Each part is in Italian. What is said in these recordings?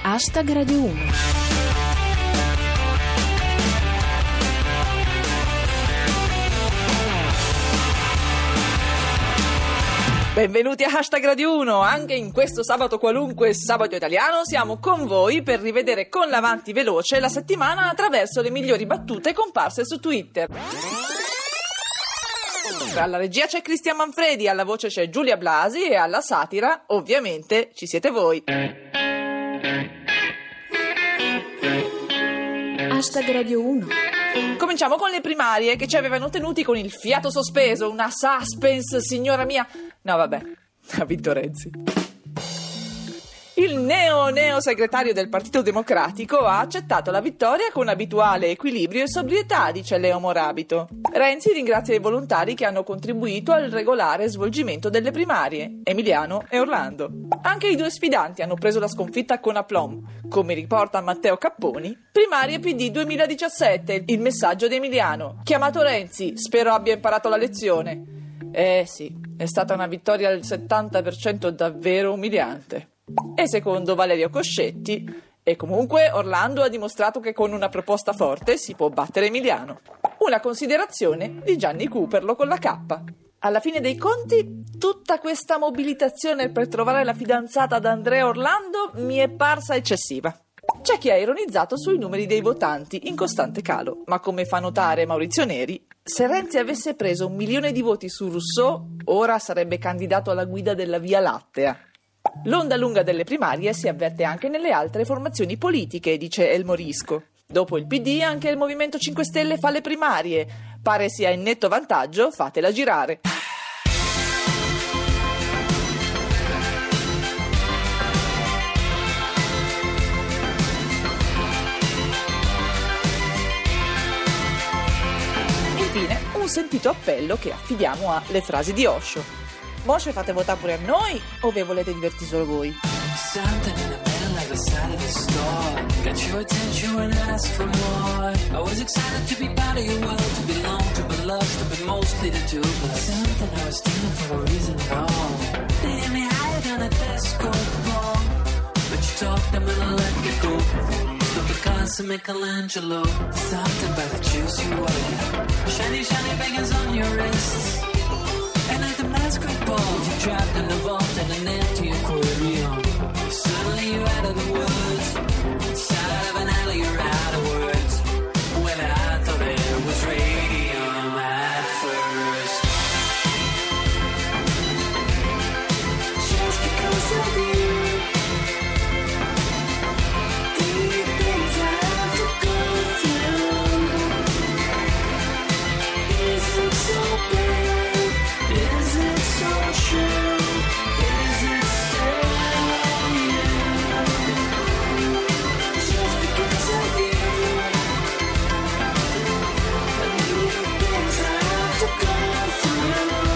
Radio 1. Benvenuti a Radio 1, anche in questo sabato qualunque, sabato italiano, siamo con voi per rivedere con l'avanti veloce la settimana attraverso le migliori battute comparse su Twitter. Alla regia c'è Cristian Manfredi, alla voce c'è Giulia Blasi e alla satira, ovviamente, ci siete voi. Radio 1. Cominciamo con le primarie che ci avevano tenuti con il fiato sospeso, una suspense, signora mia. No, vabbè, ha vinto Renzi. Il neo segretario del Partito Democratico ha accettato la vittoria con abituale equilibrio e sobrietà, dice Leo Morabito. Renzi ringrazia i volontari che hanno contribuito al regolare svolgimento delle primarie, Emiliano e Orlando. Anche i due sfidanti hanno preso la sconfitta con aplomb. Come riporta Matteo Capponi, primarie PD 2017, il messaggio di Emiliano. Chiamato Renzi, spero abbia imparato la lezione. Sì, è stata una vittoria al 70% davvero umiliante. E secondo Valerio Coscetti, e comunque Orlando ha dimostrato che con una proposta forte si può battere Emiliano. Una considerazione di Gianni Cooperlo con la K. Alla fine dei conti, tutta questa mobilitazione per trovare la fidanzata ad Andrea Orlando mi è parsa eccessiva. C'è chi ha ironizzato sui numeri dei votanti in costante calo, ma come fa notare Maurizio Neri, se Renzi avesse preso 1 milione di voti su Rousseau, ora sarebbe candidato alla guida della Via Lattea. L'onda lunga delle primarie si avverte anche nelle altre formazioni politiche, dice El Morisco. Dopo il PD anche il Movimento 5 Stelle fa le primarie. Pare sia in netto vantaggio, fatela girare. Infine, un sentito appello che affidiamo a Le frasi di Osho. Mosce, fate votare pure a noi o vi volete divertire solo voi? Something in the middle of the side of the store got your attention when I asked for more. I was excited to be part of your world, to belong, to be loved, to be mostly the two of us. Something I was stealing for a reason at all. They hit me higher than a disco ball, but you talked, I'm gonna let you go. Stop the class of Michelangelo. Something about the juice you wear, shiny bangers on your wrists. And at the basketball, you're trapped in the vault in an empty aquarium. Suddenly you're out of the woods, inside of an alley you're out of words. Well, I thought it was radium at first. Just because of you, the things I have to go through. Is it so bad? Is it so true? Is it still you? Just because of you, and the things I have to go through.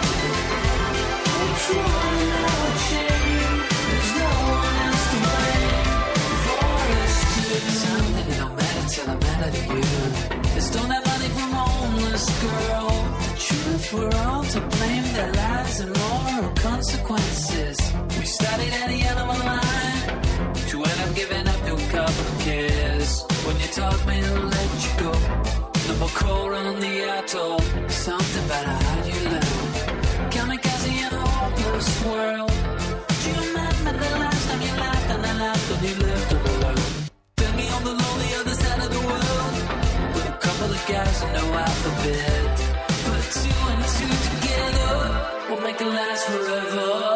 It's one hour chain, there's no one else to blame for us two. Something that don't matter till I matter to you. They stole that money from a homeless girl. Truth, we're all to blame. Their lives and moral consequences. We studied at the end of a line to end up giving up to a couple of kids. When you taught me to let you go, no more coal on the atoll. Something about how you learn. Kamikaze in a hopeless world. Do you remember the last time you laughed and I laughed and you left all alone? Tell me on the lonely other side of the world, with a couple of guys and no alphabet. Two and two together will make it last forever.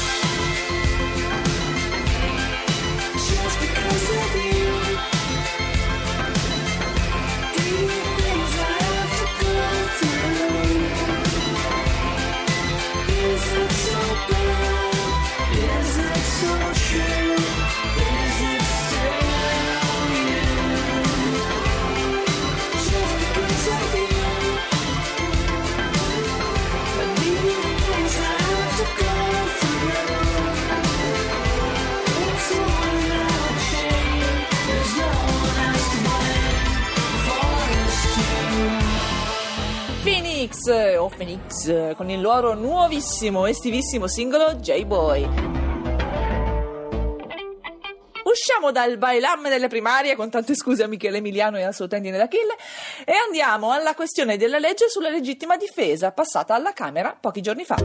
Just because of you, the things I have to go through. Is it so bad? Is it so true? Is it still you? Just because of you. Phoenix con il loro nuovissimo estivissimo singolo J-Boy. Usciamo dal bailam delle primarie, con tante scuse a Michele Emiliano e al suo tendine d'Achille, e andiamo alla questione della legge sulla legittima difesa, passata alla Camera pochi giorni fa.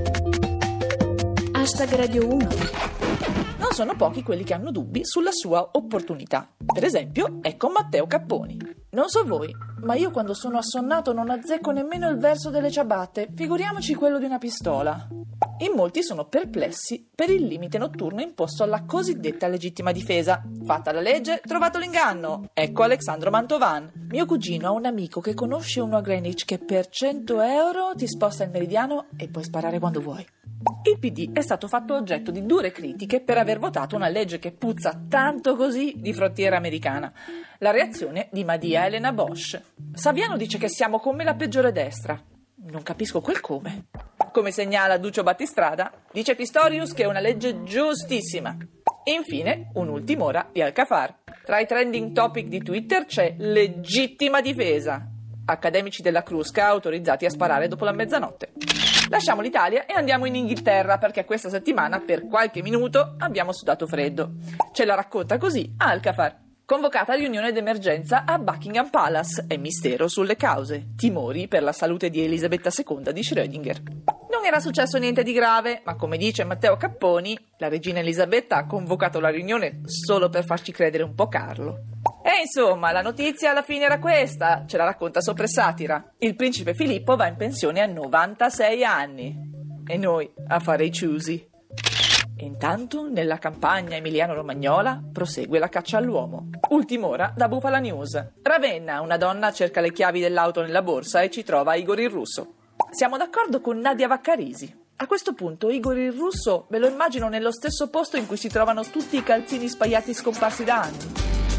Radio 1. Non sono pochi quelli che hanno dubbi sulla sua opportunità. Per esempio, ecco Matteo Capponi. Non so voi, ma io quando sono assonnato non azzecco nemmeno il verso delle ciabatte, figuriamoci quello di una pistola. In molti sono perplessi per il limite notturno imposto alla cosiddetta legittima difesa. Fatta la legge, trovato l'inganno. Ecco Alexandro Mantovan. Mio cugino ha un amico che conosce uno a Greenwich che per 100 euro ti sposta il meridiano e puoi sparare quando vuoi. Il PD è stato fatto oggetto di dure critiche per aver votato una legge che puzza tanto così di frontiera americana. La reazione di Madia Elena Bosch. Saviano dice che siamo come la peggiore destra. Non capisco quel come. Come segnala Duccio Battistrada, dice Pistorius che è una legge giustissima. Infine, un'ultima ora di Alcafar. Tra i trending topic di Twitter c'è legittima difesa. Accademici della Crusca autorizzati a sparare dopo la mezzanotte. Lasciamo l'Italia e andiamo in Inghilterra perché questa settimana per qualche minuto abbiamo sudato freddo. Ce la racconta così Alcafar. Convocata riunione d'emergenza a Buckingham Palace e mistero sulle cause, timori per la salute di Elisabetta II di Schrödinger. Non era successo niente di grave, ma come dice Matteo Capponi, la regina Elisabetta ha convocato la riunione solo per farci credere un po' Carlo. E insomma, la notizia alla fine era questa, ce la racconta Sopressatira. Il principe Filippo va in pensione a 96 anni. E noi a fare i ciusi. Intanto, nella campagna emiliano-romagnola, prosegue la caccia all'uomo. Ultim'ora da Bufala News. Ravenna, una donna cerca le chiavi dell'auto nella borsa e ci trova Igor il Russo. Siamo d'accordo con Nadia Vaccarisi. A questo punto Igor il Russo me lo immagino nello stesso posto in cui si trovano tutti i calzini spaiati scomparsi da anni.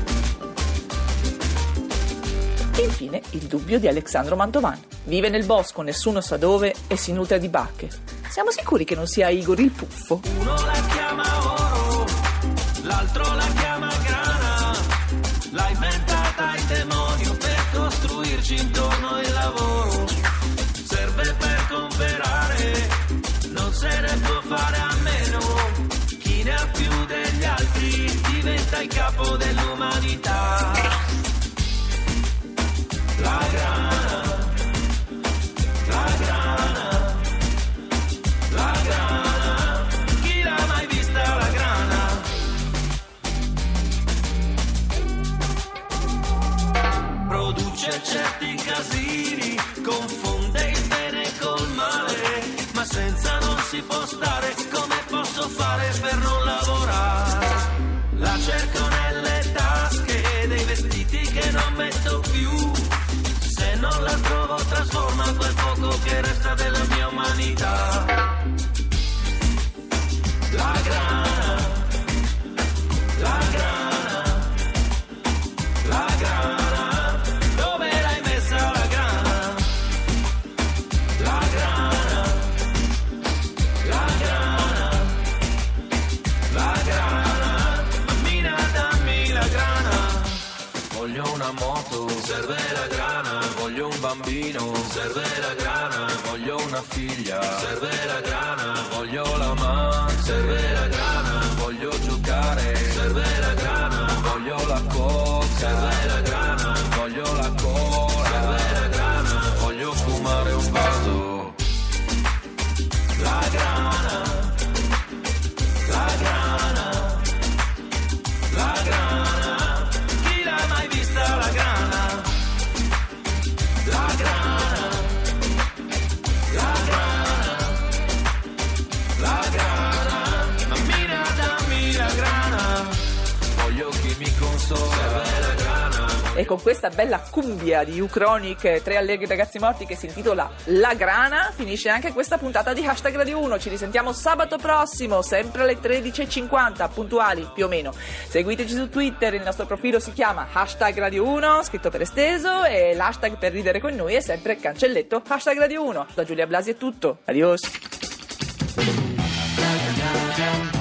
Infine, il dubbio di Alexandro Mantovan. Vive nel bosco, nessuno sa dove, e si nutre di bacche. Siamo sicuri che non sia Igor il Puffo? Uno la chiama oro, l'altro la chiama grana. L'ha inventata il demonio per costruirci intorno il lavoro. Serve per comprare, non se ne può fare a meno. Chi ne ha più degli altri diventa il capo dell'umanità. La grana, la grana, la grana, chi l'ha mai vista la grana? Produce certi casini, confonde il bene col male, ma senza non si può stare, come posso fare per non lavorare? La cerco nelle tasche dei vestiti che non metto più. Se non la trovo trasforma quel poco che resta della mia umanità. La grana, la grana, la grana, dove l'hai messa la grana? La grana, la grana, la grana, mammina dammi la grana. Voglio una moto, serve la grana. Voglio un bambino, serve la grana. Voglio una figlia, serve la grana. Voglio la man, serve la grana. Voglio giocare, serve la grana. Voglio la coca, serve la grana. Voglio la cola, serve la grana. Voglio fumare un vaso. La grana, la grana, la grana. Chi l'ha mai vista la grana? La grana, la grana, la grana, mammina dammi la grana. Voglio chi mi consola, serve la grana. E con questa bella cumbia di U-Chronic, 3 allegri ragazzi morti, che si intitola La Grana, finisce anche questa puntata di Hashtag Radio 1. Ci risentiamo sabato prossimo, sempre alle 13.50, puntuali più o meno. Seguiteci su Twitter, il nostro profilo si chiama Hashtag Radio 1, scritto per esteso, e l'hashtag per ridere con noi è sempre cancelletto Hashtag Radio 1. Da Giulia Blasi è tutto, adios.